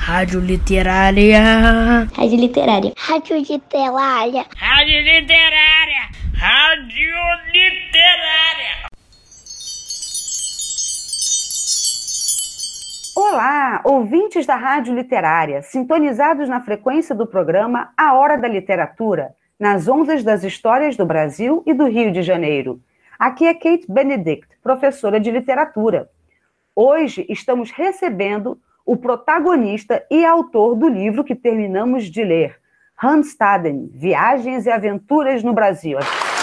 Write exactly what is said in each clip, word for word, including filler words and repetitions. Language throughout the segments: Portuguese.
Rádio Literária. Rádio Literária. Rádio Literária. Rádio Literária. Rádio Literária. Olá, ouvintes da Rádio Literária, sintonizados na frequência do programa A Hora da Literatura, nas ondas das histórias do Brasil e do Rio de Janeiro. Aqui é Kate Benedict, professora de literatura. Hoje estamos recebendo o protagonista e autor do livro que terminamos de ler, Hans Staden, Viagens e Aventuras no Brasil.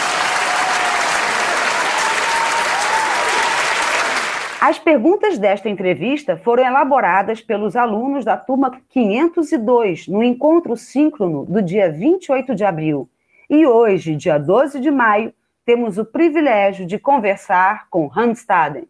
As perguntas desta entrevista foram elaboradas pelos alunos da turma quinhentos e dois, no encontro síncrono do dia vinte e oito de abril. E hoje, dia doze de maio, temos o privilégio de conversar com Hans Staden.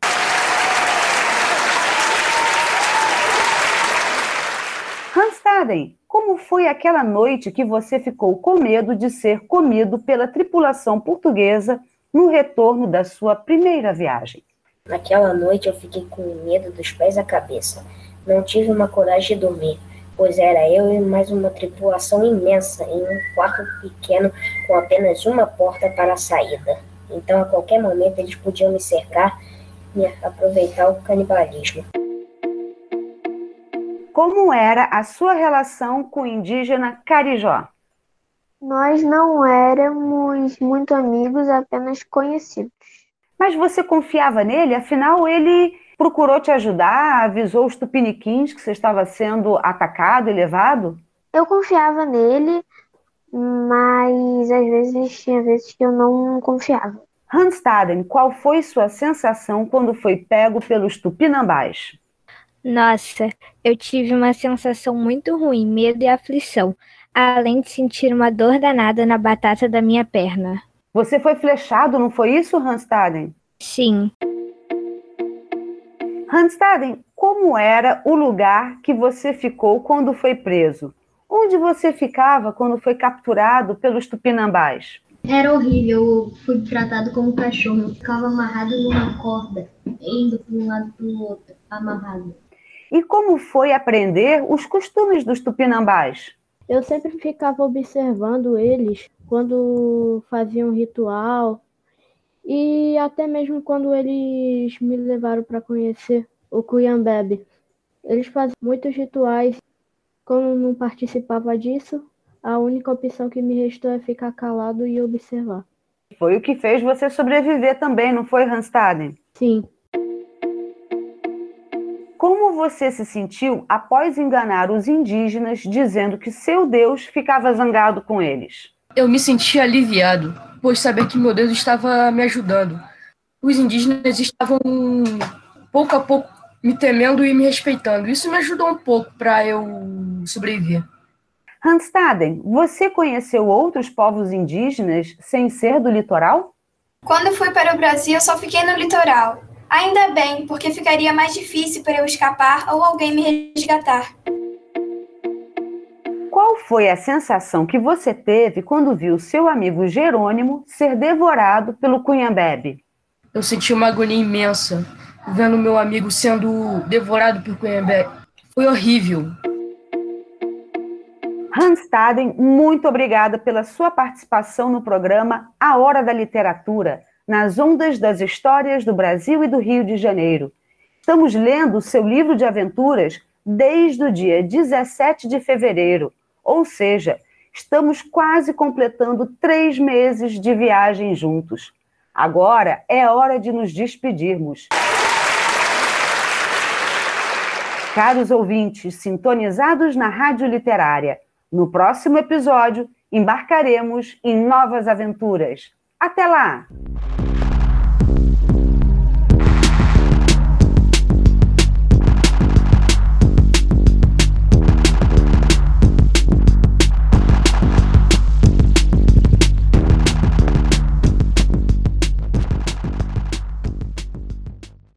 Hans Staden, como foi aquela noite que você ficou com medo de ser comido pela tripulação portuguesa no retorno da sua primeira viagem? Naquela noite eu fiquei com medo dos pés à cabeça. Não tive uma coragem de dormir, pois era eu e mais uma tripulação imensa em um quarto pequeno com apenas uma porta para a saída. Então a qualquer momento eles podiam me cercar e aproveitar o canibalismo. Como era a sua relação com o indígena Carijó? Nós não éramos muito amigos, apenas conhecidos. Mas você confiava nele? Afinal, ele procurou te ajudar, avisou os tupiniquins que você estava sendo atacado e levado? Eu confiava nele, mas às vezes tinha vezes que eu não confiava. Hans Staden, qual foi sua sensação quando foi pego pelos tupinambás? Nossa, eu tive uma sensação muito ruim, medo e aflição, além de sentir uma dor danada na batata da minha perna. Você foi flechado, não foi isso, Hans Staden? Sim. Hans Staden, como era o lugar que você ficou quando foi preso? Onde você ficava quando foi capturado pelos tupinambás? Era horrível, eu fui tratado como um cachorro, eu ficava amarrado numa corda, indo de um lado para o outro, amarrado. E como foi aprender os costumes dos tupinambás? Eu sempre ficava observando eles quando faziam ritual e até mesmo quando eles me levaram para conhecer o Cuyambebe. Eles faziam muitos rituais. Como eu não participava disso, a única opção que me restou é ficar calado e observar. Foi o que fez você sobreviver também, não foi, Hans Staden? Sim. Como você se sentiu após enganar os indígenas dizendo que seu Deus ficava zangado com eles? Eu me senti aliviado, pois sabia que meu Deus estava me ajudando. Os indígenas estavam, pouco a pouco, me temendo e me respeitando. Isso me ajudou um pouco para eu sobreviver. Hans Staden, você conheceu outros povos indígenas sem ser do litoral? Quando fui para o Brasil, só fiquei no litoral. Ainda bem, porque ficaria mais difícil para eu escapar ou alguém me resgatar. Qual foi a sensação que você teve quando viu seu amigo Jerônimo ser devorado pelo Cuyambebe? Eu senti uma agonia imensa, vendo meu amigo sendo devorado pelo Cuyambebe. Foi horrível. Hans Staden, muito obrigada pela sua participação no programa A Hora da Literatura, nas ondas das histórias do Brasil e do Rio de Janeiro. Estamos lendo o seu livro de aventuras desde o dia dezessete de fevereiro, ou seja, estamos quase completando três meses de viagem juntos. Agora é hora de nos despedirmos. Caros ouvintes, sintonizados na Rádio Literária, no próximo episódio embarcaremos em novas aventuras. Até lá!